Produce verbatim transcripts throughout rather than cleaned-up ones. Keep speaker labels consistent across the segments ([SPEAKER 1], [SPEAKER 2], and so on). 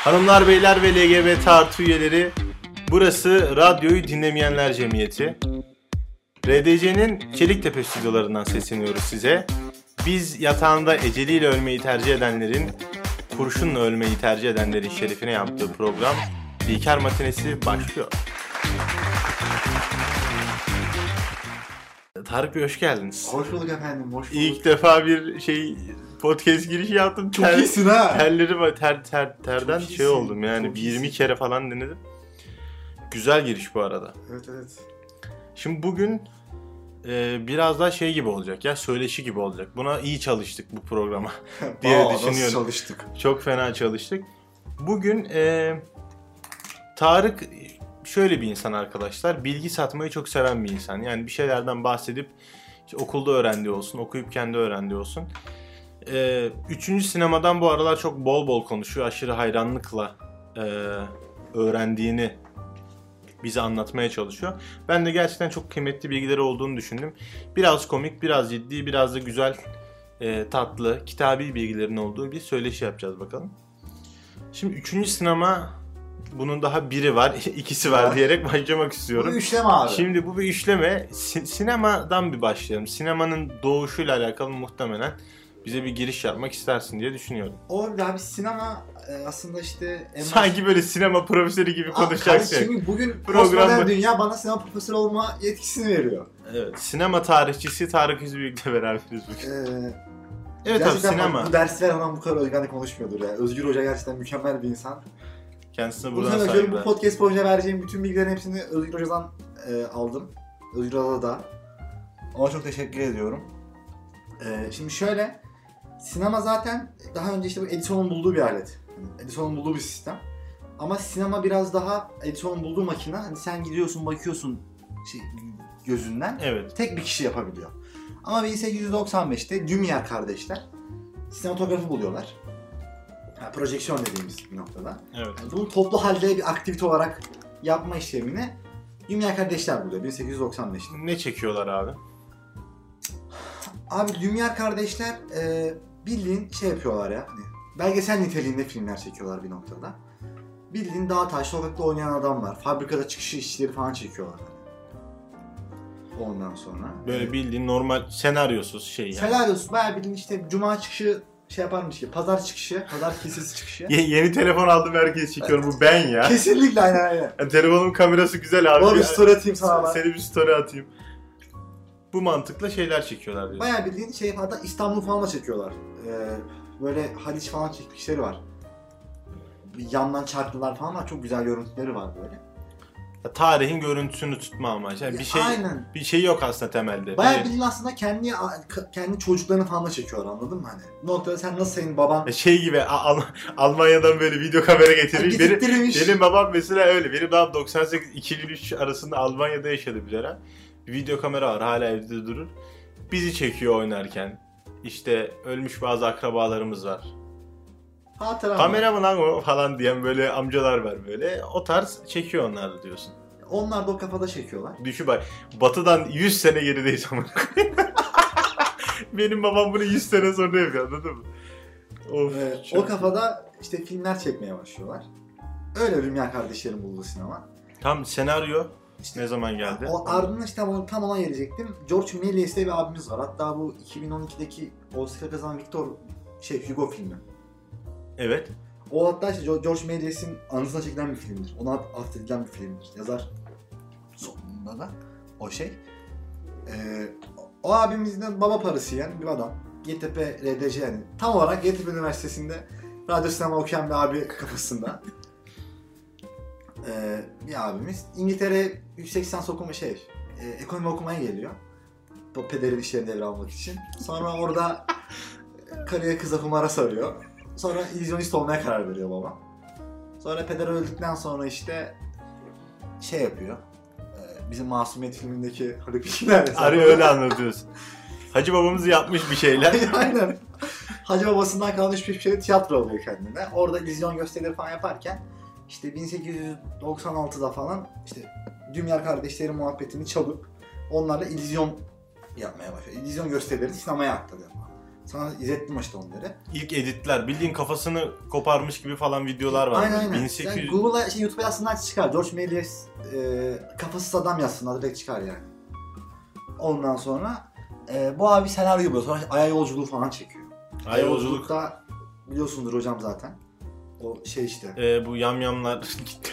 [SPEAKER 1] Hanımlar, beyler ve L G B T artı üyeleri, burası Radyoyu Dinlemeyenler Cemiyeti. R D C'nin Çeliktepe stüdyolarından sesleniyoruz size. Biz yatağında eceliyle ölmeyi tercih edenlerin, kurşunla ölmeyi tercih edenlerin şerefine yaptığı program İlker Matinesi başlıyor. Tarık Bey, hoş geldiniz.
[SPEAKER 2] Hoş bulduk efendim, hoş bulduk.
[SPEAKER 1] İlk defa bir şey podcast girişi yaptım.
[SPEAKER 2] Çok ter, iyisin ha.
[SPEAKER 1] Terleri ter ter terden çok şey iyisin. Oldum yani çok yirmi iyisin. Kere falan denedim. Güzel giriş bu arada.
[SPEAKER 2] Evet evet.
[SPEAKER 1] Şimdi bugün e, biraz daha şey gibi olacak ya, söyleşi gibi olacak. Buna iyi çalıştık bu programa diye
[SPEAKER 2] Aa,
[SPEAKER 1] düşünüyorum.
[SPEAKER 2] Nasıl çalıştık?
[SPEAKER 1] Çok fena çalıştık. Bugün e, Tarık şöyle bir insan arkadaşlar. Bilgi satmayı çok seven bir insan. Yani bir şeylerden bahsedip işte okulda öğrendiği olsun, okuyup kendi öğrendiği olsun. Ee, üçüncü sinemadan bu aralar çok bol bol konuşuyor. Aşırı hayranlıkla e, öğrendiğini bize anlatmaya çalışıyor. Ben de gerçekten çok kıymetli bilgileri olduğunu düşündüm. Biraz komik, biraz ciddi, biraz da güzel, e, tatlı, kitabi bilgilerin olduğu bir söyleşi yapacağız bakalım. Şimdi üçüncü sinema, bunun daha biri var, ikisi var diyerek başlamak istiyorum.
[SPEAKER 2] Bu üçleme abi.
[SPEAKER 1] Şimdi bu bir üçleme. Si- sinemadan bir başlayalım. Sinemanın doğuşuyla alakalı muhtemelen bize bir giriş yapmak istersin diye düşünüyorum.
[SPEAKER 2] O abi sinema aslında işte...
[SPEAKER 1] Sanki baş... böyle sinema profesörü gibi konuşacaksın.
[SPEAKER 2] Şimdi bugün postmodern dünya bana sinema profesörü olma yetkisini veriyor.
[SPEAKER 1] Evet, sinema tarihçisi Tarık Üzbüyük'le beraberiz bugün. Ee, evet abi, sinema.
[SPEAKER 2] Bu ders veren adam bu kadar özgürlükle konuşmuyordur ya. Özgür Hoca gerçekten mükemmel bir insan.
[SPEAKER 1] Kendisine buradan saygılar.
[SPEAKER 2] Bu podcast boyunca vereceğim bütün bilgilerin hepsini Özgür Hoca'dan e, aldım. Özgür Hoca'da da. Ona çok teşekkür ediyorum. E, şimdi şöyle, sinema zaten daha önce işte bu Edison'un bulduğu bir alet. Yani Edison'un bulduğu bir sistem. Ama sinema biraz daha Edison'un bulduğu makine. Hani sen gidiyorsun, bakıyorsun şey, gözünden.
[SPEAKER 1] Evet.
[SPEAKER 2] Tek bir kişi yapabiliyor. Ama bin sekiz yüz doksan beşte Lumière kardeşler sinematografı buluyorlar. Yani projeksiyon dediğimiz bir noktada.
[SPEAKER 1] Evet.
[SPEAKER 2] Yani bunu toplu halde bir aktivite olarak yapma işlemini Lumière kardeşler buluyor bin sekiz yüz doksan beşte.
[SPEAKER 1] Ne çekiyorlar abi?
[SPEAKER 2] Abi Lumière kardeşler e, bildiğin şey yapıyorlar ya. Hani belgesel niteliğinde filmler çekiyorlar bir noktada. Bildiğin dağ taş sokakta oynayan adamlar, fabrikada çıkışı işçileri falan çekiyorlar. Ondan sonra.
[SPEAKER 1] Böyle bildiğin normal senaryosuz şey yani.
[SPEAKER 2] Senaryosuz bayağı bildiğin işte cuma çıkışı şey yaparmış ki, pazar çıkışı, pazar kesesi çıkışı.
[SPEAKER 1] Ye- yeni telefon aldım, herkes çekiyor. Bu ben ya.
[SPEAKER 2] Kesinlikle aynen aynen.
[SPEAKER 1] Yani telefonumun kamerası güzel abi.
[SPEAKER 2] Doğru, bir story atayım sana.
[SPEAKER 1] Seni bir story atayım. Bu mantıkla şeyler çekiyorlar diyorsun.
[SPEAKER 2] Bayağı bildiğin şey, hatta İstanbul falan da çekiyorlar. Ee, böyle Haliç falan çekmişleri var. Yandan çarklılar falan var, çok güzel görüntüleri var böyle.
[SPEAKER 1] Ya, tarihin görüntüsünü tutma amaç. Yani bir şey
[SPEAKER 2] aynen.
[SPEAKER 1] Bir şey yok aslında temelde.
[SPEAKER 2] Bayağı
[SPEAKER 1] bir...
[SPEAKER 2] bildiğin aslında kendi kendi çocuklarını falan da çekiyorlar, anladın mı hani? Bu noktada sen nasıl, senin baban...
[SPEAKER 1] Şey gibi Al- Almanya'dan böyle video kamera getirmiş. Benim, benim babam mesela öyle. Benim babam doksan sekiz iki bin üç arasında Almanya'da yaşadı bir ara. Bir video kamera var, hala evde durur. Bizi çekiyor oynarken. İşte ölmüş bazı akrabalarımız var.
[SPEAKER 2] Hatıram
[SPEAKER 1] Kamera mı lan o falan diyen böyle amcalar var böyle. O tarz çekiyor onlar da diyorsun.
[SPEAKER 2] Onlar da o kafada çekiyorlar.
[SPEAKER 1] Düşün bak, batıdan yüz sene gerideyiz ama. Benim babam bunu yüz sene sonra yapıyor, anladın mı? Of,
[SPEAKER 2] ee, o kafada işte filmler çekmeye başlıyorlar. Öyle Lumière kardeşlerin bulduğu sinema.
[SPEAKER 1] Tam senaryo işte, ne zaman geldi?
[SPEAKER 2] O ardından işte tam, tam ona gelecektim. George Méliès diye bir abimiz var. Hatta bu iki bin on ikideki Oscar kazanan Victor şey Hugo filmi.
[SPEAKER 1] Evet.
[SPEAKER 2] O hatta işte George Méliès'in anısına çekilen bir filmdir. Ona atfedilen bir filmdir. Yazar sonunda da o şey. Ee, o abimizden baba parası yiyen bir adam. G T P R D C yani. Tam olarak G T P Üniversitesi'nde radyo sinema okuyan bir abi kafasında. Ee, bir abimiz. İngiltere yüksek lisans okuma şey, e, ekonomi okumaya geliyor. O pederin işlerini devralmak için. Sonra orada karıya kıza kumara sarıyor. Sonra illüzyonist olmaya karar veriyor baba. Sonra peder öldükten sonra işte şey yapıyor. Ee, bizim Masumiyet filmindeki Haluk Bilginer.
[SPEAKER 1] Arı öyle anlatıyorsun. Hacı babamız yapmış bir şeyler.
[SPEAKER 2] Aynen. Hacı babasından kalan hiçbir şey tiyatro oluyor kendine. Orada illüzyon gösterileri falan yaparken işte bin sekiz yüz doksan altıda falan işte Lumière kardeşlerin muhabbetini çalıp onlarla illüzyon yapmaya başlıyor. İllüzyon gösterileri sinemaya aktarıyor. Sana izlettim işte onları.
[SPEAKER 1] İlk editler, bildiğin kafasını koparmış gibi falan videolar var.
[SPEAKER 2] Aynen aynen.
[SPEAKER 1] bin sekiz yüz...
[SPEAKER 2] Yani Google'a, şey, YouTube'a yazsınlar çıkar. George Méliès e, kafasız adam yazsınlar direkt çıkar yani. Ondan sonra e, bu abi senaryo yapıyor. Sonra Ay'a yolculuğu falan çekiyor.
[SPEAKER 1] Ay yolculuk.
[SPEAKER 2] Yolculukta biliyorsundur hocam zaten. O şey işte.
[SPEAKER 1] Ee, bu yamyamlar gitti.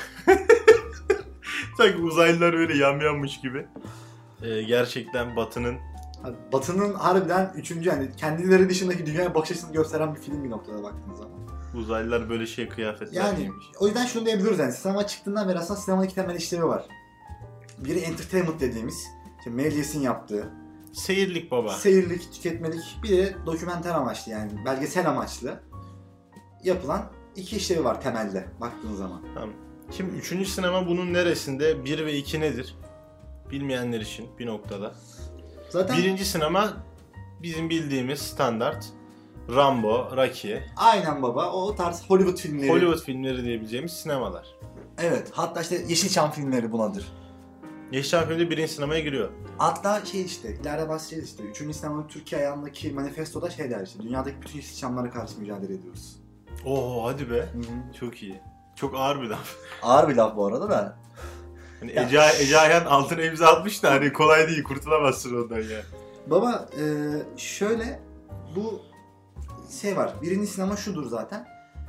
[SPEAKER 1] Sanki uzaylılar böyle yamyammış gibi. Ee, gerçekten Batı'nın
[SPEAKER 2] Abi, Batı'nın harbiden üçüncü yani kendileri dışındaki dünyaya bakış açısını gösteren bir film bir noktada baktığınız zaman.
[SPEAKER 1] uzaylılar böyle şey kıyafetler
[SPEAKER 2] Yani
[SPEAKER 1] giymiş.
[SPEAKER 2] o yüzden şunu diyebiliriz yani sinema çıktığından beri aslında sinemanın iki temel işlevi var. Biri entertainment dediğimiz, işte Méliès'in yaptığı,
[SPEAKER 1] Seyirlik baba.
[SPEAKER 2] seyirlik, tüketmelik, bir de dokümenter amaçlı yani belgesel amaçlı yapılan iki işlevi var temelde baktığın zaman.
[SPEAKER 1] Tamam. Şimdi üçüncü sinema bunun neresinde? bir ve iki nedir? Bilmeyenler için bir noktada.
[SPEAKER 2] Zaten
[SPEAKER 1] Birinci sinema bizim bildiğimiz standart. Rambo, Rocky,
[SPEAKER 2] aynen baba o tarz Hollywood filmleri.
[SPEAKER 1] Hollywood filmleri diyebileceğimiz sinemalar.
[SPEAKER 2] Evet, hatta işte Yeşilçam filmleri bunadır.
[SPEAKER 1] Yeşilçam filmi birinci sinemaya giriyor.
[SPEAKER 2] Hatta şey işte, ileride bahsedeceğiz işte. Üçüncü sinema Türkiye ayağındaki manifestoda şey der işte. Dünyadaki bütün Yeşilçamlara karşı mücadele ediyoruz.
[SPEAKER 1] Oo hadi be.
[SPEAKER 2] Hı-hı.
[SPEAKER 1] Çok iyi. Çok ağır bir laf.
[SPEAKER 2] Ağır bir laf bu arada da.
[SPEAKER 1] Hani
[SPEAKER 2] Ya.
[SPEAKER 1] Ece, Ece Ayhan altına imza atmış da hani kolay değil, kurtulamazsın ondan ya.
[SPEAKER 2] Baba e, şöyle bu şey var. Birinci sinema şudur zaten.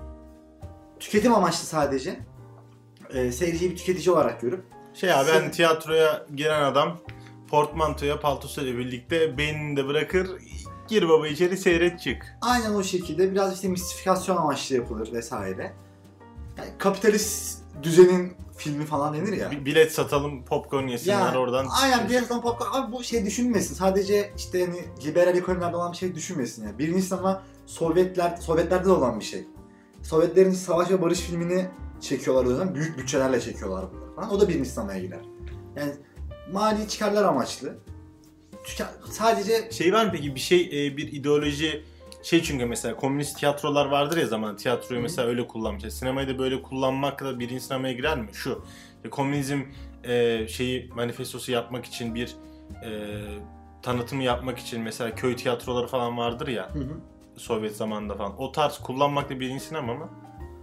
[SPEAKER 2] Tüketim amaçlı sadece. E, seyirciyi bir tüketici olarak görüp.
[SPEAKER 1] Şey abi ben
[SPEAKER 2] Sen-
[SPEAKER 1] tiyatroya giren adam portmantoya paltosuyla birlikte beynini de bırakır, gir baba içeri seyret çık.
[SPEAKER 2] Aynen o şekilde biraz işte mistifikasyon amaçlı yapılır vesaire. Yani kapitalist düzenin filmi falan denir ya.
[SPEAKER 1] Bir bilet satalım, popcorn yesinler oradan.
[SPEAKER 2] Aynen bir yandan popcorn. Abi bu şey düşünmesin. Sadece işte hani liberal ekonomilerde olan bir şey düşünmesin yani. Birinci sinema Sovyetler, Sovyetlerde de olan bir şey. Sovyetlerin savaş ve barış filmini çekiyorlar o zaman. Büyük bütçelerle çekiyorlar bunları falan. O da birinci sinemaya girer. Yani mali çıkarlar amaçlı. Tüke- sadece
[SPEAKER 1] Şey var mı peki bir şey e, bir ideoloji şey çünkü mesela komünist tiyatrolar vardır ya zaman tiyatroyu
[SPEAKER 2] Hı.
[SPEAKER 1] mesela öyle kullanmış. Sinemayı da böyle kullanmakla birinci sinemaya girer mi? Şu e, komünizm e, şeyi manifestosu yapmak için bir e, tanıtımı yapmak için mesela köy tiyatroları falan vardır ya
[SPEAKER 2] hı hı.
[SPEAKER 1] Sovyet zamanında falan. O tarz kullanmakla birinci sinema mı?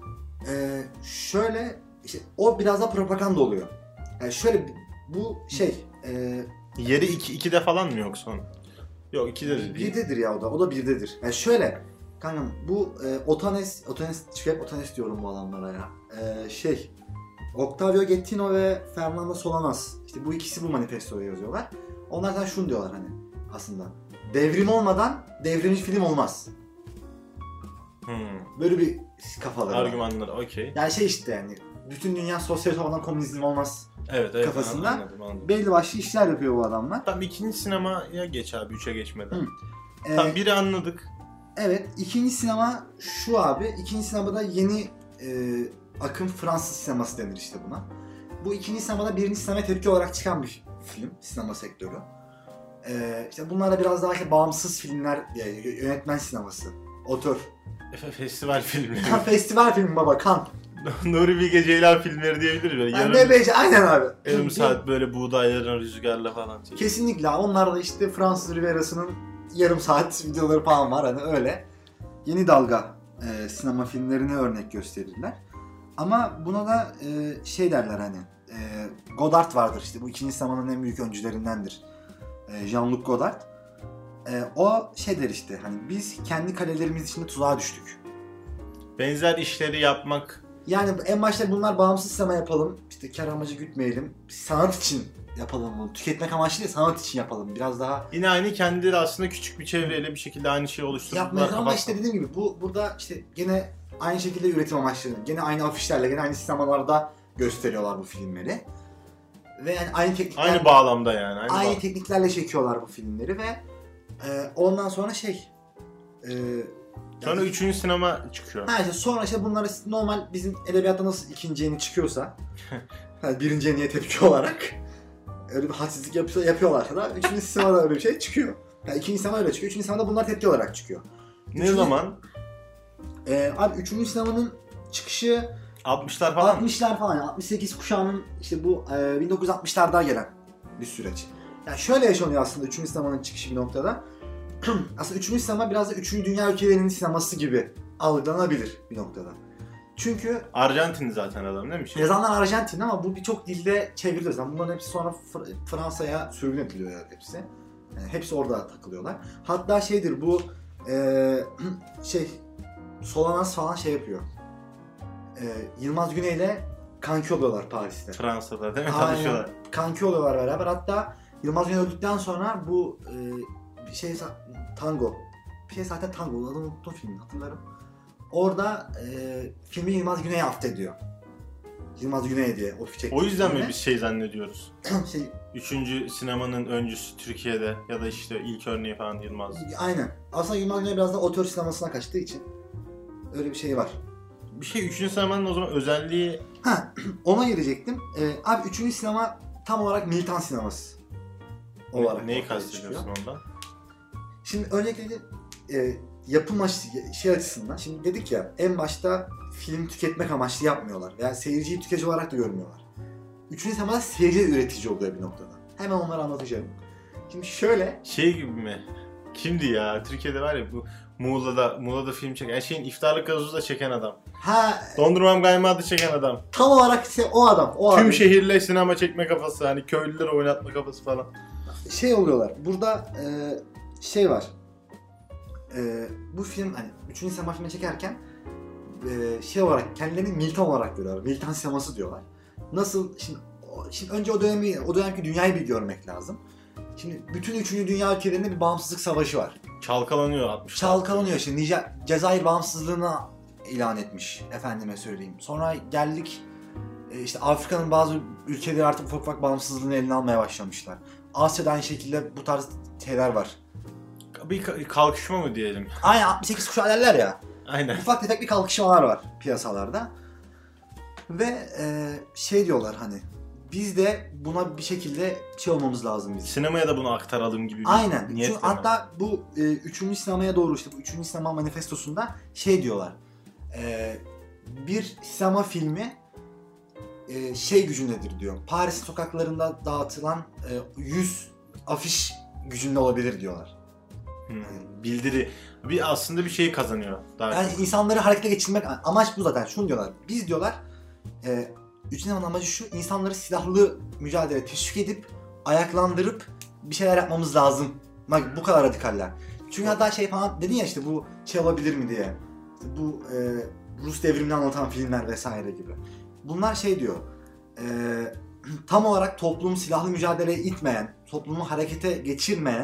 [SPEAKER 2] Ee, şöyle işte o biraz da propaganda oluyor. Yani şöyle bu şey e,
[SPEAKER 1] Yeri iki, ikide falan mı yoksa onun? Yok ikide de değil.
[SPEAKER 2] birdedir ya o da. O da birdedir. Yani şöyle kankam bu e, Otanes, Otanes, hep Otanes diyorum bu adamlara ya. E, şey Octavio Gettino ve Fernando Solanas. İşte bu ikisi bu manifestoyu yazıyorlar. Onlardan şunu diyorlar hani aslında. Devrim olmadan devrimci film olmaz.
[SPEAKER 1] Hmm.
[SPEAKER 2] Böyle bir kafaları var.
[SPEAKER 1] Argümanlar okey.
[SPEAKER 2] Yani şey işte yani bütün dünya sosyalist olmadan komünizm olmaz.
[SPEAKER 1] Evet evet
[SPEAKER 2] Kafasında
[SPEAKER 1] anladım anladım.
[SPEAKER 2] Belli başlı işler yapıyor bu adamlar.
[SPEAKER 1] Tamam ikinci sinemaya geç abi üçe geçmeden.
[SPEAKER 2] Hı. Ee,
[SPEAKER 1] Tamam biri anladık.
[SPEAKER 2] Evet, ikinci sinema şu abi. İkinci sinemada yeni e, akım Fransız sineması denir işte buna. Bu ikinci sinemada birinci sinemaya tepki olarak çıkan bir film, sinema sektörü. E, işte bunlar da biraz daha işte bağımsız filmler, yani yönetmen sineması, otör.
[SPEAKER 1] F- Festival filmleri.
[SPEAKER 2] Ha, festival filmi baba, kan.
[SPEAKER 1] Nuri Bilge Ceylan filmleri diyebiliriz böyle.
[SPEAKER 2] Yani
[SPEAKER 1] Yarım,
[SPEAKER 2] ne bece, aynen abi.
[SPEAKER 1] yarım saat böyle buğdayların rüzgarla falan. çekiyor.
[SPEAKER 2] Kesinlikle. Onlar da işte Fransız Riviera'sının yarım saat videoları falan var hani öyle. Yeni dalga e, sinema filmlerine örnek gösterirler. Ama buna da e, şey derler hani e, Godard vardır işte bu ikinci sinemanın en büyük öncülerindendir. E, Jean-Luc Godard. E, o şey der işte hani biz kendi kalelerimiz içinde tuzağa düştük.
[SPEAKER 1] Benzer işleri yapmak.
[SPEAKER 2] Yani en başta bunlar bağımsız sinema yapalım. İşte kar amacı gütmeyelim. Sanat için yapalım bunu. Tüketmek amaçlı değil, sanat için yapalım. Biraz daha
[SPEAKER 1] Yine aynı kendileri aslında küçük bir çevreyle bir şekilde aynı şeyi oluşturdular.
[SPEAKER 2] yapmaya ama
[SPEAKER 1] kapatmak.
[SPEAKER 2] işte dediğim gibi bu burada işte gene aynı şekilde üretim amaçlı. Gene aynı afişlerle, gene aynı sinemalarda gösteriyorlar bu filmleri. Ve yani aynı teknikler,
[SPEAKER 1] Aynı bağlamda yani. Aynı,
[SPEAKER 2] aynı
[SPEAKER 1] bağ-
[SPEAKER 2] tekniklerle çekiyorlar bu filmleri ve e, ondan sonra şey e,
[SPEAKER 1] Sonra
[SPEAKER 2] yani-
[SPEAKER 1] üçüncü sinema çıkıyor.
[SPEAKER 2] Ha işte sonra işte bunları normal bizim edebiyatta nasıl ikinci yeni çıkıyorsa yani birinci yeniye tepki olarak öyle bir hadsizlik yapıyor, yapıyorlarsa da üçüncü sinemada öyle bir şey çıkıyor. Yani ikinci sinema öyle çıkıyor. Üçüncü sinemada bunlar tepki olarak çıkıyor.
[SPEAKER 1] Ne
[SPEAKER 2] Üçüncü-
[SPEAKER 1] zaman?
[SPEAKER 2] Ee, abi üçüncü sinemanın çıkışı
[SPEAKER 1] altmışlar falan mı?
[SPEAKER 2] altmışlar falan. Yani altmış sekiz kuşağının işte bu e, bin dokuz yüz altmışlarda gelen bir süreç. Yani şöyle yaşanıyor aslında üçüncü sinemanın çıkışı bir noktada. aslında üçüncü sinema biraz da üçüncü dünya ülkelerinin sineması gibi algılanabilir bir noktada. Çünkü
[SPEAKER 1] Arjantinli zaten adam değil mi? Şey?
[SPEAKER 2] yazanlar Arjantin ama bu birçok dilde çevriliyor zaten. Bunların hepsi sonra Fr- Fransa'ya sürgün ediliyor yani hepsi. Yani hepsi orada takılıyorlar. Hatta şeydir bu ee, şey Solanas falan şey yapıyor. Ee, Yılmaz Güney'le kanki oluyorlar Paris'te.
[SPEAKER 1] Fransa'da değil mi?
[SPEAKER 2] Aynen.
[SPEAKER 1] Tanışıyorlar.
[SPEAKER 2] Kanki oluyorlar beraber. Hatta Yılmaz Güney öldükten sonra bu e, bir şey tango. Bir şey zaten tango. Adını unuttum filmi hatırlarım. Orada e, filmi Yılmaz Güney'e affediyor. Yılmaz Güney diye o çekti.
[SPEAKER 1] O yüzden mi
[SPEAKER 2] filmi.
[SPEAKER 1] biz şey zannediyoruz?
[SPEAKER 2] şey,
[SPEAKER 1] Üçüncü sinemanın öncüsü Türkiye'de ya da işte ilk örneği falan Yılmaz.
[SPEAKER 2] aynen. Aslında Yılmaz Güney biraz da otör sinemasına kaçtığı için öyle bir şey var.
[SPEAKER 1] Bir şey üçüncü sinemanın o zaman özelliği...
[SPEAKER 2] Ha, ona gelecektim. Ee, abi üçüncü sinema tam olarak militan sineması olarak.
[SPEAKER 1] Neyi
[SPEAKER 2] ortaya
[SPEAKER 1] kastediyorsun
[SPEAKER 2] çıkıyor.
[SPEAKER 1] ondan?
[SPEAKER 2] Şimdi öncelikle e, yapım aç- şey açısından, şimdi dedik ya en başta film tüketmek amaçlı yapmıyorlar. Yani seyirciyi tüketici olarak da görmüyorlar. Üçüncü sinemada seyirci üretici oluyor bir noktada. Hemen onları anlatacağım. Şimdi şöyle...
[SPEAKER 1] Şey gibi mi? Kimdi ya? Türkiye'de var ya bu Muğla'da, Muğla'da film çeken, her şeyin iftarlık gazozu da çeken adam.
[SPEAKER 2] Ha,
[SPEAKER 1] Dondurmam kaymağı da çeken adam.
[SPEAKER 2] tam olarak işte o adam. O
[SPEAKER 1] Tüm
[SPEAKER 2] abi.
[SPEAKER 1] şehirle sinema çekme kafası, hani köylüleri oynatma kafası falan.
[SPEAKER 2] Şey oluyorlar. Burada e, şey var. E, bu film hani üçüncü sinema filmi çekerken e, şey olarak kendilerini militan olarak görüyorlar. Militan sineması diyorlar. Nasıl şimdi, o- şimdi önce o dönemi o dönemki dünyayı bir görmek lazım. Şimdi bütün üçüncü dünya ülkelerinde bir bağımsızlık savaşı var.
[SPEAKER 1] Çalkalanıyor altmış.
[SPEAKER 2] Çalkalanıyor şimdi. Nice, Cezayir bağımsızlığını ilan etmiş efendime söyleyeyim. Sonra geldik e, işte Afrika'nın bazı ülkeleri artık ufak ufak bağımsızlığını eline almaya başlamışlar. Asya'da aynı şekilde bu tarz şeyler var.
[SPEAKER 1] Bir ka- kalkışma mı diyelim?
[SPEAKER 2] Aynen altmış sekiz kuşağı derler ya.
[SPEAKER 1] Aynen.
[SPEAKER 2] Ufak tefek bir kalkışmalar var piyasalarda. Ve e, şey diyorlar hani biz de buna bir şekilde şey olmamız lazım biz.
[SPEAKER 1] Sinemaya da bunu aktaralım gibi bir
[SPEAKER 2] Aynen.
[SPEAKER 1] niyet.
[SPEAKER 2] Çünkü hatta bu e, üçüncü sinemaya doğru işte bu üçüncü sinema manifestosunda şey diyorlar. E, bir sinema filmi e, şey gücündedir diyor. Paris sokaklarında dağıtılan e, yüz afiş gücünde olabilir diyorlar.
[SPEAKER 1] Hmm, bildiri. Bir aslında bir şey kazanıyor. Daha
[SPEAKER 2] Yani
[SPEAKER 1] çok.
[SPEAKER 2] insanları harekete geçirmek amaç bu zaten. Şunu diyorlar. Biz diyorlar e, üçüncü sinemanın amacı şu. İnsanları silahlı mücadele teşvik edip ayaklandırıp bir şeyler yapmamız lazım. Bak bu kadar radikaller. Çünkü hatta şey falan dedin ya işte bu şey olabilir mi diye. Bu e, Rus devrimini anlatan filmler vesaire gibi. Bunlar şey diyor. E, tam olarak toplumu silahlı mücadeleye itmeyen, toplumu harekete geçirmeyen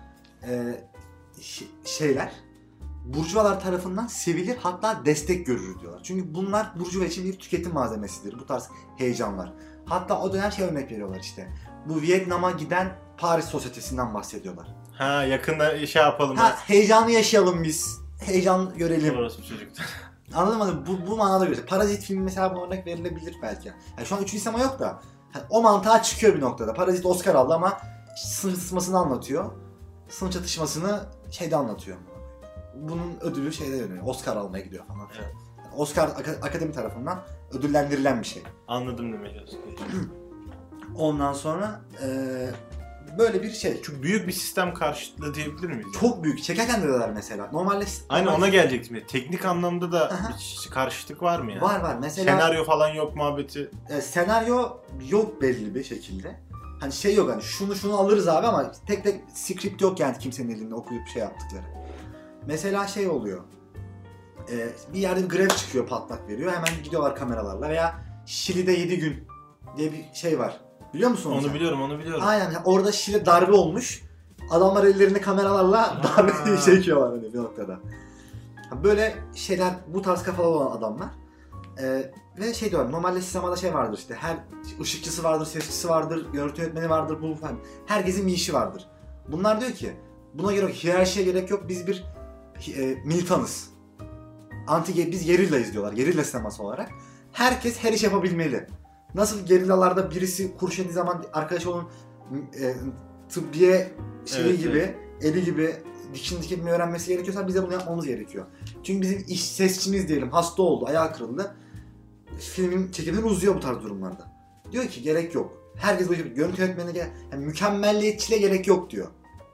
[SPEAKER 2] e, ş- şeyler burjuvalar tarafından sevilir hatta destek görür diyorlar. Çünkü bunlar burjuva için bir tüketim malzemesidir. Bu tarz heyecanlar. Hatta o dönem şey örnek veriyorlar işte. Bu Vietnam'a giden Paris sosyetesinden bahsediyorlar.
[SPEAKER 1] Ha yakında şey yapalım.
[SPEAKER 2] Ha heyecanı yaşayalım biz. Heyecan görelim.
[SPEAKER 1] Orası bu çocuklar.
[SPEAKER 2] Anladın mı? Bu, bu manada göre. Parazit filmi mesela buna örnek verilebilir belki. Yani şu an üçüncü sinema yok da hani o mantığa çıkıyor bir noktada. Parazit Oscar aldı ama sınıf çatışmasını anlatıyor. Sınıf çatışmasını şeyde anlatıyor. Bunun ödülü şeyde dönüyor. Oscar almaya gidiyor falan.
[SPEAKER 1] Evet.
[SPEAKER 2] Yani Oscar ak- akademi tarafından ödüllendirilen bir şey.
[SPEAKER 1] Anladım demek istiyorsun.
[SPEAKER 2] Ondan sonra eee böyle bir şey.
[SPEAKER 1] Çok büyük bir sistem karşıtlığı diyebilir miyiz?
[SPEAKER 2] Çok büyük. Çekerken de dediler mesela. Normalde
[SPEAKER 1] Aynen
[SPEAKER 2] normal-
[SPEAKER 1] ona gelecektim. Teknik anlamda da
[SPEAKER 2] Aha.
[SPEAKER 1] bir karşıtlık var mı yani?
[SPEAKER 2] var var. Mesela
[SPEAKER 1] Senaryo falan yok muhabbeti.
[SPEAKER 2] e, senaryo yok belli bir şekilde. Hani şey yok hani şunu şunu alırız abi ama tek tek script yok yani kimsenin elinde okuyup şey yaptıkları. Mesela şey oluyor. E, bir yerde bir grev çıkıyor patlak veriyor. Hemen gidiyorlar kameralarla veya Şili'de yedi gün diye bir şey var. Biliyor musun onu?
[SPEAKER 1] Onu
[SPEAKER 2] sen?
[SPEAKER 1] biliyorum, onu biliyorum.
[SPEAKER 2] Aynen orada Şili darbe olmuş. Adamlar ellerini kameralarla darbeyi çekiyorlar hani bir noktada. Böyle şeyler bu tarz kafalı olan adamlar. Ee, ve şey diyorlar normalde sinemada şey vardır işte her ışıkçısı vardır, sesçisi vardır, görüntü yönetmeni vardır bu falan. Herkesin bir işi vardır. Bunlar diyor ki buna gerek yok, hiyerarşiye gerek yok biz bir e, militanız. Anti biz gerillayız diyorlar. Gerilla sineması olarak. Herkes her iş yapabilmeli. Nasıl gerillalarda birisi kurşun yediği zaman arkadaş onun e, tıbbiye şeyi
[SPEAKER 1] Evet,
[SPEAKER 2] gibi,
[SPEAKER 1] evet.
[SPEAKER 2] eli gibi dikin dikilmeyi öğrenmesi gerekiyorsa biz de bunu yapmamız gerekiyor. Çünkü bizim iş sesçimiz diyelim hasta oldu, ayağı kırıldı. Filmin çekimleri uzuyor bu tarz durumlarda. Diyor ki gerek yok. Herkes bu işi görüntü yönetmenine gerek, yani mükemmelliyetçiliğe gerek yok diyor.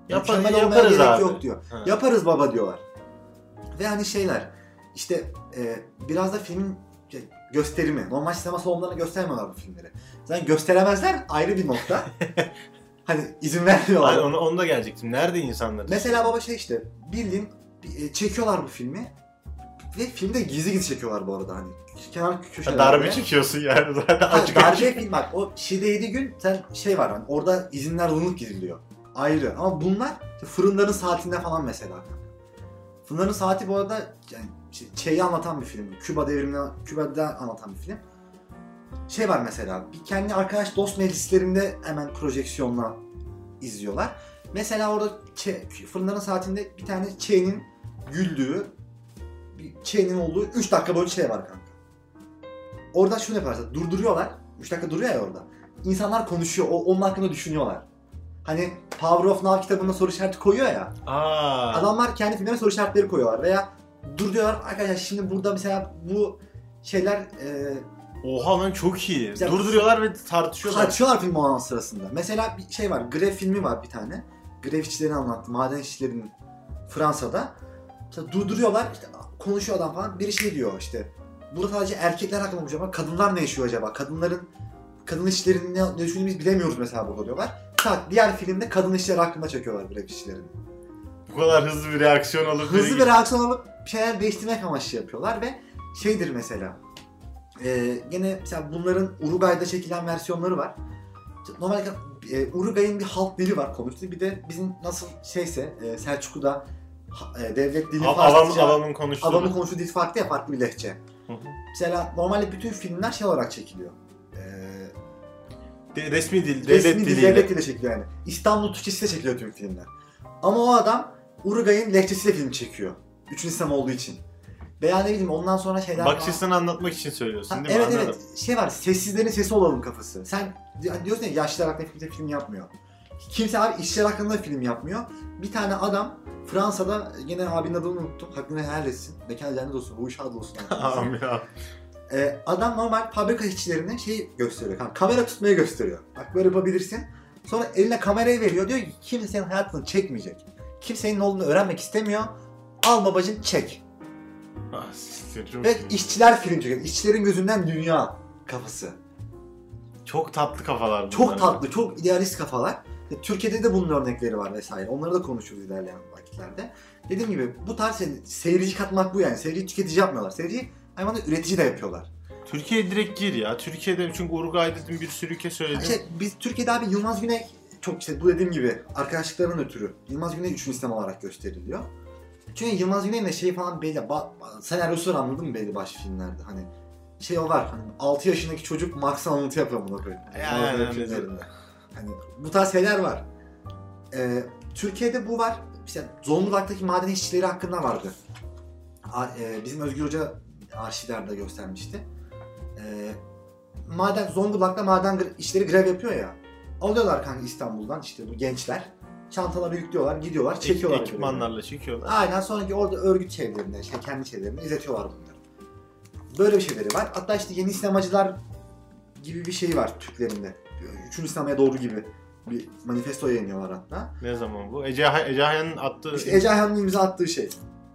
[SPEAKER 1] Yapa-
[SPEAKER 2] Mükemmel olmaya
[SPEAKER 1] yaparız
[SPEAKER 2] gerek
[SPEAKER 1] abi.
[SPEAKER 2] yok diyor.
[SPEAKER 1] Ha.
[SPEAKER 2] Yaparız baba diyorlar. Ve hani şeyler işte e, biraz da filmin gösterimi. Normal sinema salonlarına göstermiyorlar bu filmleri. Zaten gösteremezler ayrı bir nokta. Hani izin vermiyorlar.
[SPEAKER 1] Hayır, onu, onu da gelecektim. Nerede insanlar?
[SPEAKER 2] Mesela baba şey işte bildiğin e, çekiyorlar bu filmi. Ve filmde gizli gizli çekiyorlar bu arada hani. Kenar köşelerde.
[SPEAKER 1] Ha, darbe çekiyorsun yani zaten
[SPEAKER 2] Ha,
[SPEAKER 1] açık
[SPEAKER 2] darbe
[SPEAKER 1] açık.
[SPEAKER 2] film bak o Şide yedi gün sen şey var hani orada izinler alınıp gidiliyor. Ayrı ama bunlar işte fırınların saatinde falan mesela. Fırınların saati bu arada yani şey- şeyi anlatan bir film. Küba devrimini Küba'da anlatan bir film. Şey var mesela bir kendi arkadaş dost meclislerinde hemen projeksiyonla izliyorlar. Mesela orada Çe- fırınların saatinde bir tane Çe'nin güldüğü bir Çe'nin olduğu üç dakika böyle şey var kanka. Orada şunu yaparlar. Durduruyorlar. üç dakika duruyor ya orada. İnsanlar konuşuyor. O, onun hakkında düşünüyorlar. Hani Power of Now kitabında soru işareti koyuyor ya.
[SPEAKER 1] Aa.
[SPEAKER 2] Adamlar kendi filmlerine soru işaretleri koyuyorlar. Veya dur diyorlar arkadaşlar şimdi burada mesela bu şeyler e,
[SPEAKER 1] Oha lan çok iyi.
[SPEAKER 2] Mesela-
[SPEAKER 1] Durduruyorlar ve tartışıyorlar.
[SPEAKER 2] tartışıyorlar film o an sırasında. Mesela bir şey var. Grev filmi var bir tane. Grev işçilerini anlattı. Maden işçilerinin Fransa'da. Mesela durduruyorlar. İşte konuşuyor adam falan. Biri şey diyor işte. Burada sadece erkekler hakkında konuşuyor ama kadınlar ne yaşıyor acaba? Kadınların kadın işçilerinin ne, ne düşündüğünü biz bilemiyoruz mesela burada diyorlar. Tak diğer filmde kadın işçileri hakkında çekiyorlar Grev işçilerini.
[SPEAKER 1] Bu kadar hızlı bir reaksiyon alıp
[SPEAKER 2] Hızlı bir reaksiyon alıp bir şeyler değiştirmek amaçlı yapıyorlar ve şeydir mesela. E, gene mesela bunların Uruguay'da çekilen versiyonları var. Normalde e, Uruguay'ın bir halk dili var konuştuğu. Bir de bizim nasıl şeyse e, Selçuklu'da ha- e, devlet dili
[SPEAKER 1] Av-
[SPEAKER 2] Farsça,
[SPEAKER 1] avam, avamın konuştuğu.
[SPEAKER 2] adamın konuştuğu dil farklı ya farklı bir lehçe.
[SPEAKER 1] Hı hı.
[SPEAKER 2] Mesela normalde bütün filmler şey olarak çekiliyor. E,
[SPEAKER 1] De- resmi dil, devlet
[SPEAKER 2] resmi dil,
[SPEAKER 1] diliyle.
[SPEAKER 2] devlet diliyle çekiliyor yani. İstanbul Türkçesiyle çekiliyor tüm filmler. Ama o adam Uruguay'ın lehçesiyle film çekiyor. Üçüncü sinema olduğu için. Veya ne bileyim ondan sonra şeyler...
[SPEAKER 1] Bakış açısını anlatmak için söylüyorsun
[SPEAKER 2] Ha,
[SPEAKER 1] değil mi?
[SPEAKER 2] evet
[SPEAKER 1] Anladım.
[SPEAKER 2] evet şey var sessizlerin sesi olalım kafası. Sen di- diyorsun ya yaşlılar hakkında kimse film yapmıyor. Kimse abi işçiler hakkında da film yapmıyor. Bir tane adam Fransa'da yine abinin adını unuttum. Hakkını helal etsin. Mekan cennet olsun. Ruhu şad olsun.
[SPEAKER 1] Amin abi.
[SPEAKER 2] Ee, adam normal fabrika işçilerine şey gösteriyor. Kanka, kamera tutmayı gösteriyor. Bak böyle yapabilirsin. Sonra eline kamerayı veriyor. Diyor ki kimsenin hayatını çekmeyecek. Kimsenin ne olduğunu öğrenmek istemiyor. Al babacım çek.
[SPEAKER 1] Ah, siktir, çok
[SPEAKER 2] Ve
[SPEAKER 1] iyi.
[SPEAKER 2] işçiler film çekiyor. İşçilerin gözünden dünya kafası.
[SPEAKER 1] Çok tatlı kafalar bunlar.
[SPEAKER 2] Çok tatlı, çok idealist kafalar. E, Türkiye'de de bunun örnekleri var vesaire. Onları da konuşuruz ilerleyen vakitlerde. Dediğim gibi bu tarz şey, seyirci katmak bu yani. Seyirci tüketici yapmıyorlar. Seyirci aynı zamanda üretici de yapıyorlar.
[SPEAKER 1] Türkiye direkt gir ya. Türkiye'de çünkü Uruguay dedim bir sürü ülke söyledim.
[SPEAKER 2] İşte biz Türkiye'de abi Yılmaz Güney çok işte bu dediğim gibi arkadaşlıklarının ötürü Yılmaz Güney üçüncü sistem olarak gösteriliyor. Çünkü Yılmaz Güney'in de şey falan belli, ba- ba- senaryosu var anladın mı belli başlı filmlerde hani şey o var hani altı yaşındaki çocuk Max'ın anlatı yapıyor bunu koyup.
[SPEAKER 1] Yani, yani,
[SPEAKER 2] filmlerinde. Hani bu tarz şeyler var. Ee, Türkiye'de bu var. İşte Zonguldak'taki maden işçileri hakkında vardı. A- e, bizim Özgür Hoca arşivlerde göstermişti. Ee, maden Zonguldak'ta maden gre- işleri grev yapıyor ya. Alıyorlar kanka İstanbul'dan işte bu gençler. Çantaları yüklüyorlar, gidiyorlar, çekiyorlar.
[SPEAKER 1] Ekipmanlarla çekiyorlar.
[SPEAKER 2] Aynen sonraki orada örgüt şeylerinde, işte kendi şeylerinde izletiyorlar bunları. Böyle bir şeyleri var. Hatta işte yeni sinemacılar gibi bir şey var Türklerinde. Üçüncü sinemaya doğru gibi bir manifesto yayınlıyorlar hatta.
[SPEAKER 1] Ne zaman bu? Ece, Ece Haya'nın attığı...
[SPEAKER 2] İşte Ece Ayhan'ın imza attığı şey.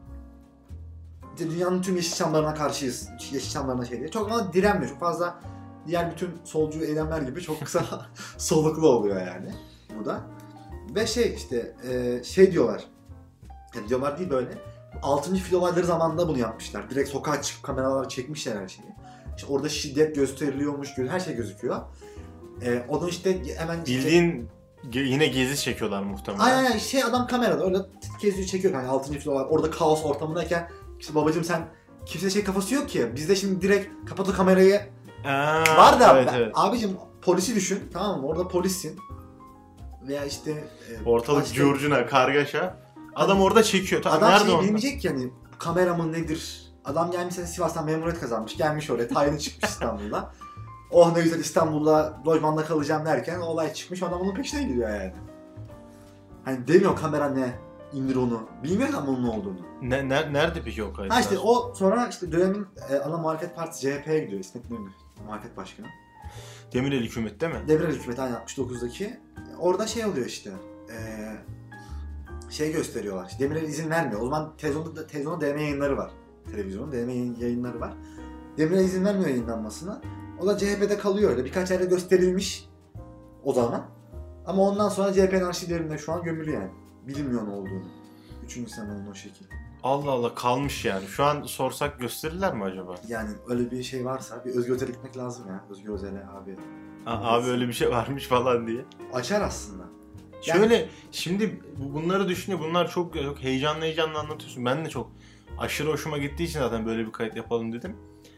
[SPEAKER 2] İşte dünyanın tüm Yeşilçamlarına karşıyız. Yeşilçamlarına şey diye. Çok ama direnmiyor. Çok fazla diğer bütün solcu eylemler gibi çok kısa soluklu oluyor yani bu da. Ve şey işte e, şey diyorlar. Yani diyorlar değil böyle. altıncı fil olayları zamanında bunu yapmışlar. Direkt sokağa çıkıp kameralara çekmişler her şeyi. İşte orada şiddet gösteriliyormuş, her şey gözüküyor. E, onun işte hemen işte,
[SPEAKER 1] Bildiğin ge- yine gezi çekiyorlar muhtemelen.
[SPEAKER 2] aynen aynen şey adam kamerada öyle geziyor çekiyor yani altıncı fil olaylar. Orada kaos ortamındayken işte babacım sen kimse şey kafası yok ki. Bizde şimdi direkt kapat o kamerayı.
[SPEAKER 1] Aa,
[SPEAKER 2] Var da
[SPEAKER 1] evet,
[SPEAKER 2] ben-
[SPEAKER 1] evet.
[SPEAKER 2] abicim polisi düşün tamam mı? Orada polissin. Veya işte e,
[SPEAKER 1] Ortalık
[SPEAKER 2] başka-
[SPEAKER 1] curcuna, kargaşa. Adam orada çekiyor. Tamam,
[SPEAKER 2] Adam
[SPEAKER 1] nerede
[SPEAKER 2] şey
[SPEAKER 1] onlar?
[SPEAKER 2] bilmeyecek ki hani kamera mı nedir? Adam gelmiş Sivas'tan memuriyet kazanmış. Gelmiş oraya tayini çıkmış İstanbul'da. Oh ne güzel İstanbul'da lojmanda kalacağım derken olay çıkmış. Adam onun peşine gidiyor yani. Hani demiyor kamera ne? İndir onu. Bilmiyor ama onun ne olduğunu.
[SPEAKER 1] Ne, ne- nerede peki o kayıtlar?
[SPEAKER 2] Ha işte o sonra işte dönemin e, ana muhalefet partisi C H P'ye gidiyor. İsmet İnönü muhalefet başkanı.
[SPEAKER 1] Demirel hükümet değil mi?
[SPEAKER 2] Devrel hükümeti hani altmış dokuzdaki. Orada şey oluyor işte. E, şey gösteriyorlar. İşte Demirel izin vermiyor. O zaman televizyonda, televizyonda D M yayınları var. Televizyonun D M yayınları var. Demirel izin vermiyor yayınlanmasına. O da C H P'de kalıyor öyle. Birkaç yerde gösterilmiş o zaman. Ama ondan sonra C H P'nin arşivlerinde şu an gömülü yani. Bilinmiyor ne olduğunu. Üçüncü sinemanın o şekil.
[SPEAKER 1] Allah Allah, kalmış yani. Şu an sorsak gösterirler mi acaba?
[SPEAKER 2] Yani öyle bir şey varsa bir Özgür Özel'e gitmek lazım ya. Özgür Özel'e abi.
[SPEAKER 1] A- abi öyle bir şey varmış falan diye.
[SPEAKER 2] Açar aslında.
[SPEAKER 1] Şöyle yani, şimdi bunları düşünüyor. Bunlar çok, çok heyecanlı heyecanlı anlatıyorsun. Ben de çok aşırı hoşuma gittiği için zaten böyle bir kayıt yapalım dedim.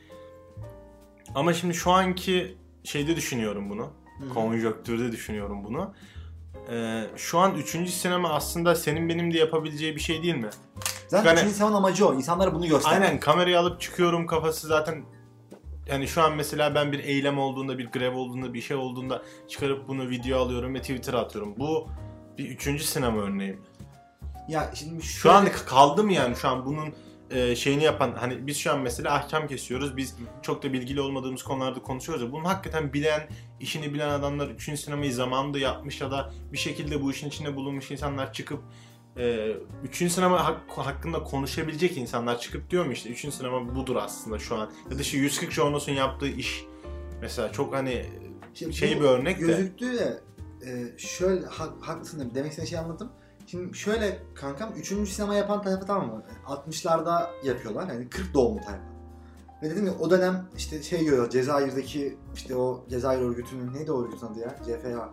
[SPEAKER 1] Ama şimdi şu anki şeyde düşünüyorum bunu. Hı-hı. Konjonktürde düşünüyorum bunu. Ee, şu an üçüncü sinema aslında senin benim de yapabileceği bir şey değil mi?
[SPEAKER 2] Zaten yani, üçüncü sinemanın amacı o. İnsanlara bunu göstermek.
[SPEAKER 1] Aynen, kamerayı alıp çıkıyorum kafası zaten. Yani şu an mesela ben bir eylem olduğunda, bir grev olduğunda, bir şey olduğunda çıkarıp bunu video alıyorum ve Twitter'a atıyorum. Bu bir üçüncü sinema örneği.
[SPEAKER 2] Ya şimdi şöyle...
[SPEAKER 1] Şu an kaldı mı yani şu an bunun e, şeyini yapan, hani biz şu an mesela ahkam kesiyoruz. Biz çok da bilgili olmadığımız konularda konuşuyoruz ya. Bunu hakikaten bilen, işini bilen adamlar üçüncü sinemayı zamanında yapmış ya da bir şekilde bu işin içinde bulunmuş insanlar çıkıp e, üçüncü sinema hak- hakkında konuşabilecek insanlar çıkıp diyor mu işte üçüncü sinema budur aslında şu an. Ya da işte yüz kırk Jornos'un yaptığı iş mesela çok hani
[SPEAKER 2] Şimdi
[SPEAKER 1] şey bir örnek de.
[SPEAKER 2] Gözüktü de e, şöyle ha, haklısın demek. Demek istediğin şeyi anladım. Şimdi şöyle kankam, üçüncü sinema yapan tayfa tamam mı? altmışlarda yapıyorlar. Yani kırk doğumlu tayfa. Ve dedim ya o dönem işte şey diyor, Cezayir'deki işte o Cezayir örgütünün neydi o örgütün adı ya? C F A.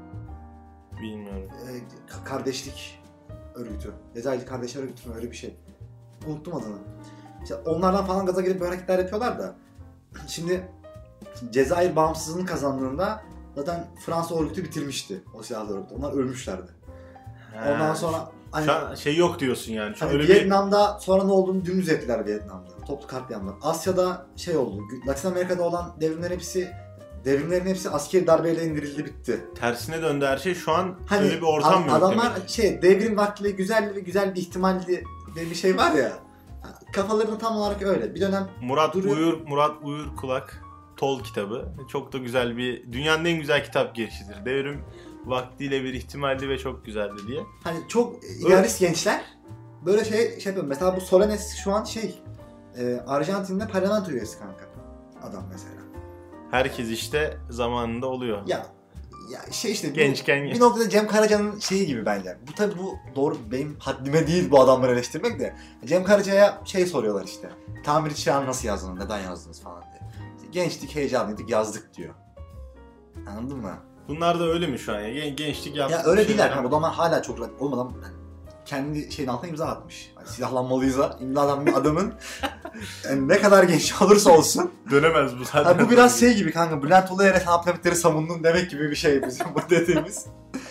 [SPEAKER 1] Bilmiyorum.
[SPEAKER 2] E, kardeşlik örgütü. Cezayir Kardeşler Örgütü mü öyle bir şey. Unuttum adını. İşte onlardan falan gaza gelip böyle hareketler yapıyorlar da. Şimdi Cezayir bağımsızlığını kazandığında zaten Fransa örgütü bitirmişti o silahlı örgütü. Onlar ölmüşlerdi. He. Ondan sonra
[SPEAKER 1] hani, şu an şey yok diyorsun yani. Şu
[SPEAKER 2] hani
[SPEAKER 1] öyle
[SPEAKER 2] Vietnam'da bir... sonra ne olduğunu dümdüz ettiler Vietnam'da. Toplu katliamlar. Asya'da şey oldu. Latin Amerika'da olan devrimler hepsi devrimlerin hepsi askeri darbeyle indirildi, bitti.
[SPEAKER 1] Tersine döndü her şey. Şu an
[SPEAKER 2] hani,
[SPEAKER 1] öyle bir ortam mı yok?
[SPEAKER 2] Adamlar şey devrim vakti güzel ve güzel bir ihtimalli diye bir şey var ya. Kafalarında tam olarak öyle. Bir dönem
[SPEAKER 1] Murat
[SPEAKER 2] duruyor.
[SPEAKER 1] Uyur Murat Uyur Kulak Tol kitabı. Çok da güzel bir, dünyanın en güzel kitap girişidir. Devrim vaktiyle bir ihtimalli ve çok güzeldi diye.
[SPEAKER 2] Hani çok idealist gençler böyle şey şey yapıyor. Mesela bu Solanes şu an şey e, Arjantin'de parlamento üyesi kanka. Adam mesela.
[SPEAKER 1] Herkes işte zamanında oluyor.
[SPEAKER 2] Ya ya şey işte
[SPEAKER 1] gençken
[SPEAKER 2] bu, bir noktada Cem Karaca'nın şeyi gibi bence. Bu tabii bu doğru, benim haddime değil bu adamları eleştirmek de. Cem Karaca'ya şey soruyorlar işte. Tamirci Çağan nasıl yazdınız, neden yazdınız falan diye. İşte, gençlik heyecanlıydık, yazdık diyor. Anladın mı?
[SPEAKER 1] Bunlar da öyle mi şu an ya? Gençlik yaptık.
[SPEAKER 2] Ya öyle değiller. Yani, o zaman hala çok rahat olmadan kendi şeyin altına imza atmış. Yani silahlanmalıysa imzalanan bir adamın yani ne kadar genç olursa olsun
[SPEAKER 1] dönemez bu zaten.
[SPEAKER 2] Yani bu biraz şey gibi kanka, Bülent Uluer'e sanatları savundun demek gibi bir şey bizim bu dediğimiz.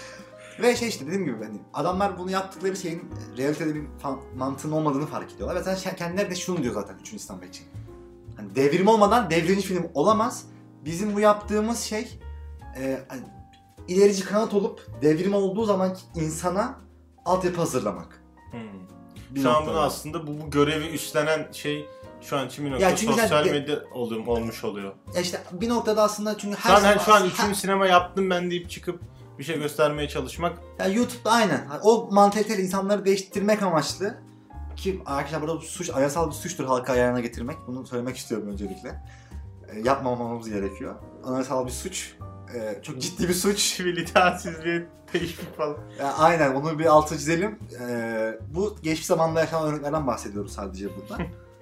[SPEAKER 2] Ve şey işte dediğim gibi hani adamlar bunu yaptıkları şeyin realitede bir mantığın olmadığını fark ediyorlar. Ve zaten kendileri de şunu diyor zaten üçüncü sinema için. Hani devrim olmadan devrimci film olamaz. Bizim bu yaptığımız şey e, hani, ilerici kanat olup devrim olduğu zamanki insana altyapı hazırlamak.
[SPEAKER 1] Hmm. Şu an bunu aslında bu, bu görevi üstlenen şey şu an için bir nokta sosyal de, medya ol, olmuş oluyor.
[SPEAKER 2] Ya işte bir noktada aslında çünkü her
[SPEAKER 1] şu an, zaman, şu an üçüncü sinema yaptım ben deyip çıkıp bir şey göstermeye çalışmak.
[SPEAKER 2] Ya YouTube'da aynen. O mantaliteyle insanları değiştirmek amaçlı ki arkadaşlar burada bu suç, anayasal bir suçtur halka ayağına getirmek. Bunu söylemek istiyorum öncelikle. E, yapmamamız gerekiyor. Anayasal bir suç. Ee, çok ciddi bir suç.
[SPEAKER 1] Sivil itaatsizliğe teşvik falan.
[SPEAKER 2] Yani aynen, onu bir altı çizelim. Ee, bu geçmiş zamanda yaşanan örneklerden bahsediyoruz sadece burada.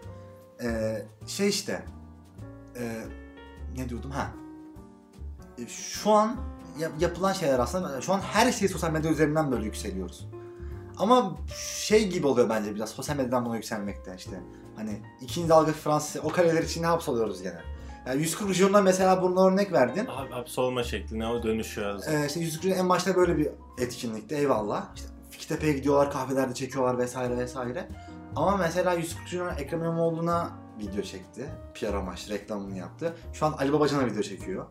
[SPEAKER 2] ee, şey işte e, ne diyordum ha? E, şu an yap- yapılan şeyler aslında şu an her şeyi sosyal medya üzerinden böyle yükseliyoruz. Ama şey gibi oluyor bence biraz sosyal medyadan buna yükselmekte işte. Hani ikinci dalga Fransız o kaleler içinde hapsoluyoruz gene. Yani yüz kırk Jorn'a mesela bunu örnek verdin.
[SPEAKER 1] Hapsolma şekline o dönüşüyor.
[SPEAKER 2] Ee, işte yüz kırk en başta böyle bir etkinlikte eyvallah. İşte Fikirtepe'ye gidiyorlar, kahvelerde çekiyorlar vesaire vesaire. Ama mesela yüz kırk Jorn'a Ekrem İmamoğlu'na video çekti. P R amaçlı reklamını yaptı. Şu an Ali Babacan'a video çekiyor.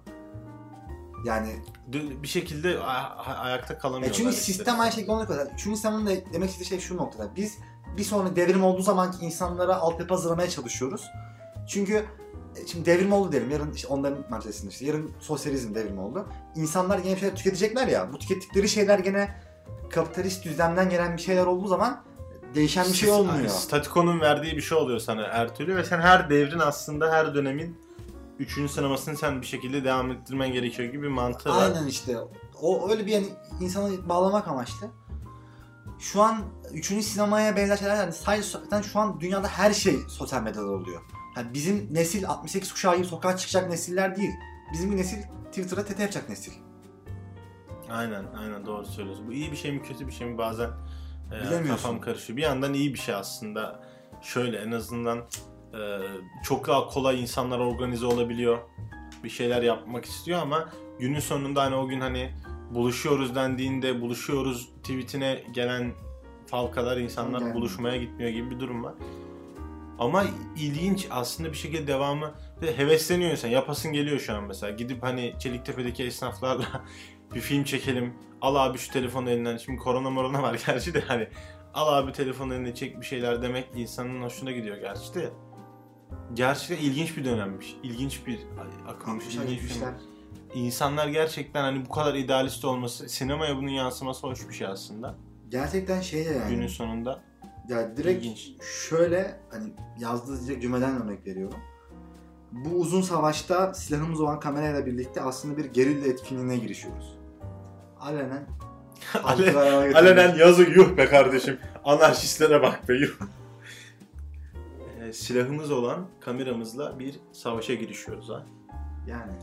[SPEAKER 2] Yani
[SPEAKER 1] bir şekilde ay- ayakta kalamıyorlar.
[SPEAKER 2] E çünkü
[SPEAKER 1] işte.
[SPEAKER 2] sistem aynı şekilde olacak kadar. Çünkü sistemin de demek istediği şey şu noktada. Biz bir sonraki devrim olduğu zamanki insanlara altyapı hazırlamaya çalışıyoruz. Çünkü şimdi devrim oldu diyelim. Yarın işte onların maddesinde işte. Yarın sosyalizm devrimi oldu. İnsanlar gene bir şeyler tüketecekler ya. Bu tükettikleri şeyler gene kapitalist düzlemden gelen bir şeyler olduğu zaman değişen bir şey olmuyor.
[SPEAKER 1] Statikonun verdiği bir şey oluyor sana her türlü ve sen her devrin aslında her dönemin üçüncü sinemasını sen bir şekilde devam ettirmen gerekiyor gibi bir mantığı var.
[SPEAKER 2] Aynen işte. O öyle bir yani insanı bağlamak amaçlı. Şu an üçüncü sinemaya benzer şeyler yani sadece zaten şu an dünyada her şey sosyal medyada oluyor. Yani bizim nesil altmış sekiz kuşağı gibi sokağa çıkacak nesiller değil. Bizim bir nesil Twitter'a tete yapacak nesil.
[SPEAKER 1] Aynen, aynen doğru söylüyorsun. Bu iyi bir şey mi kötü bir şey mi bazen e, kafam karışıyor. Bir yandan iyi bir şey aslında. Şöyle en azından e, çok daha kolay insanlar organize olabiliyor. Bir şeyler yapmak istiyor ama günün sonunda hani o gün hani buluşuyoruz dendiğinde buluşuyoruz tweetine gelen falkalar insanlar yani buluşmaya gitmiyor gibi bir durum var. Ama ilginç aslında bir şekilde devamı ve hevesleniyor insan. Yapasın geliyor şu an mesela. Gidip hani Çeliktepe'deki esnaflarla bir film çekelim. Al abi şu telefonu elinden. Şimdi korona morona var gerçi de hani al abi telefonu eline çek bir şeyler demek insanın hoşuna gidiyor gerçi de. Gerçekten ilginç bir dönemmiş. İlginç bir akımmış. İlginç bir şeyler. İnsanlar gerçekten hani bu kadar idealist olması, sinemaya bunun yansıması hoş bir şey aslında.
[SPEAKER 2] Gerçekten şey de yani.
[SPEAKER 1] Günün sonunda.
[SPEAKER 2] Ya direkt İlginç. Şöyle hani yazdığı cümleden örnek veriyorum. Bu uzun savaşta silahımız olan kamerayla birlikte aslında bir gerilla etkinliğine girişiyoruz. Alenen.
[SPEAKER 1] Ale, alenen yazık yuh be kardeşim. Anarşistlere bak be yuh. e, silahımız olan kameramızla bir savaşa girişiyoruz ha.
[SPEAKER 2] Yani.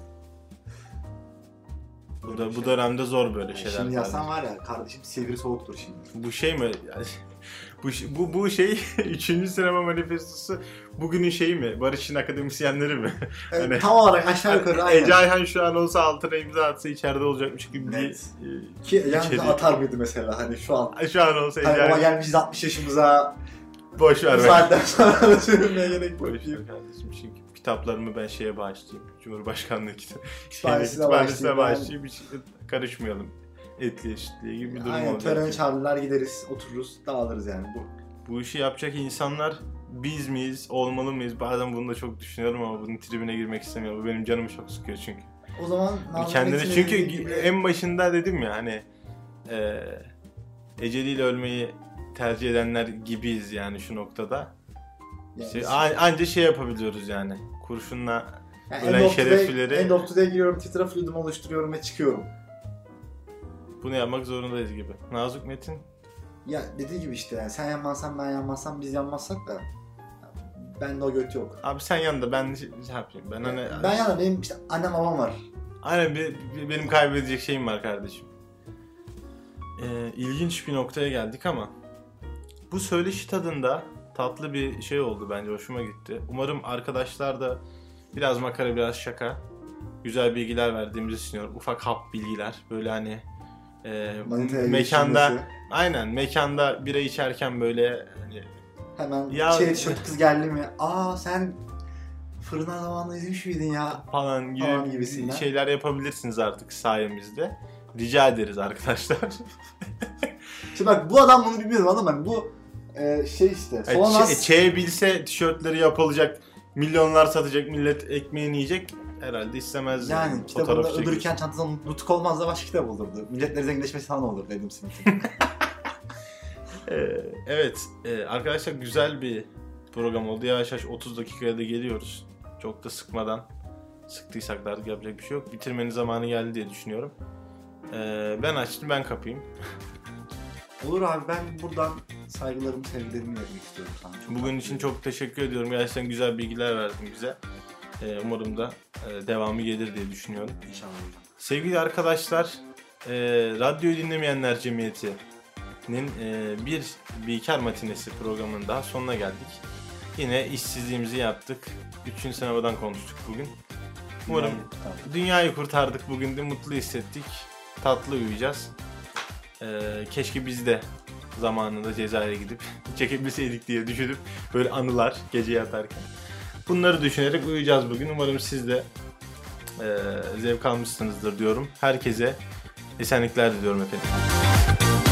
[SPEAKER 1] Bu da bu dönemde zor böyle şeyler.
[SPEAKER 2] Şimdi yazsan var ya kardeşim sivri soğuktur şimdi.
[SPEAKER 1] Bu şey mi? Yani, bu bu bu şey üçüncü sinema manifestosu bugünün şeyi mi? Barış'ın akademisyenleri mi?
[SPEAKER 2] Evet, hani, tam olarak aşağı yukarı aynen.
[SPEAKER 1] Ece Ayhan şu an olsa altına imza atsa içeride olacakmış gibi bir
[SPEAKER 2] e, ki yani atar mıydı mesela hani şu an?
[SPEAKER 1] Şu an olsa Ece
[SPEAKER 2] Ayhan. Ama gelmişiz altmış yaşımıza.
[SPEAKER 1] Boş ver.
[SPEAKER 2] Bu saatten sonra da söylemeye gerek yok.
[SPEAKER 1] Boş ver kardeşim çünkü kitaplarımı ben şeye bağışlayayım. Cumhurbaşkanlığı kitabı.
[SPEAKER 2] Kütüphanesine
[SPEAKER 1] bağışlayayım. Bir şey karışmayalım. Etli eşitliği gibi bir durum
[SPEAKER 2] aynen,
[SPEAKER 1] olacak.
[SPEAKER 2] Aynen çağırırlar gideriz otururuz dağılırız yani bu.
[SPEAKER 1] Bu işi yapacak insanlar biz miyiz, olmalı mıyız? Bazen bunu da çok düşünüyorum ama bunun tribine girmek istemiyorum. Bu benim canımı çok sıkıyor çünkü.
[SPEAKER 2] O zaman
[SPEAKER 1] kendine çünkü gibi... en başında dedim ya hani e, eceliyle ölmeyi tercih edenler gibiyiz yani şu noktada. Yani işte, biz... anca şey yapabiliyoruz yani. Kurşunla yani ölen şereflileri.
[SPEAKER 2] End of today'e giriyorum, Twitter'a freedom oluşturuyorum ve çıkıyorum.
[SPEAKER 1] Bunu yapmak zorundayız gibi. Nazuk Metin.
[SPEAKER 2] Ya dediği gibi işte yani sen yanmazsan ben yanmazsam biz yanmazsak da bende o göt yok.
[SPEAKER 1] Abi sen yan da ben şey yapayım. Ben hani
[SPEAKER 2] ben yan benim işte annem babam var.
[SPEAKER 1] Aynen bir, bir, benim kaybedecek şeyim var kardeşim. Ee, ilginç bir noktaya geldik ama bu söyleşi tadında tatlı bir şey oldu bence hoşuma gitti. Umarım arkadaşlar da biraz makara biraz şaka güzel bilgiler verdiğimizi düşünüyorum. Ufak hap bilgiler böyle hani e, mekanda aynen mekanda bira içerken böyle hani
[SPEAKER 2] hemen ya, şey tişört kız geldi mi? Aa sen fırına zamanında izlemiş miydin ya?
[SPEAKER 1] Falan gibi falan gibisinden şeyler yapabilirsiniz artık sayemizde. Rica ederiz arkadaşlar.
[SPEAKER 2] Şimdi bak bu adam bunu bilmiyor adam ben bu e, şey işte.
[SPEAKER 1] Ç- Ç bilse tişörtleri yapılacak, milyonlar satacak, millet ekmeğini yiyecek. Herhalde istemez.
[SPEAKER 2] Yani, yani kitabında öldürürken çantasından nutuk olmaz da başka kitap olurdu. Milletleri zenginleşmesi falan olur dedim Smith'in.
[SPEAKER 1] ee, evet ee, arkadaşlar güzel bir program oldu. Yavaş yavaş otuz dakikaya da geliyoruz. Çok da sıkmadan. Sıktıysak da artık yapacak bir şey yok. Bitirmenin zamanı geldi diye düşünüyorum. Ee, ben açtım ben kapayım.
[SPEAKER 2] Olur abi ben buradan saygılarımı sevgilerimi vermek istiyorum sana. Çok
[SPEAKER 1] Bugün için çok teşekkür ediyorum. Gerçekten güzel bilgiler verdin bize. Ee, umarım da e, devamı gelir diye düşünüyorum.
[SPEAKER 2] İnşallah hocam.
[SPEAKER 1] Sevgili arkadaşlar, e, Radyoyu Dinlemeyenler Cemiyeti'nin e, bir Bilker Matinesi programının daha sonuna geldik. Yine işsizliğimizi yaptık. Üçüncü sinemadan konuştuk bugün. Umarım dünyayı, dünyayı kurtardık bugün de mutlu hissettik. Tatlı uyuyacağız. E, keşke biz de zamanında Cezayir'e gidip çekebilseydik diye düşünüp böyle anılar gece yatarken. Bunları düşünerek uyuyacağız bugün. Umarım siz de e, zevk almışsınızdır diyorum. Herkese esenlikler diliyorum efendim.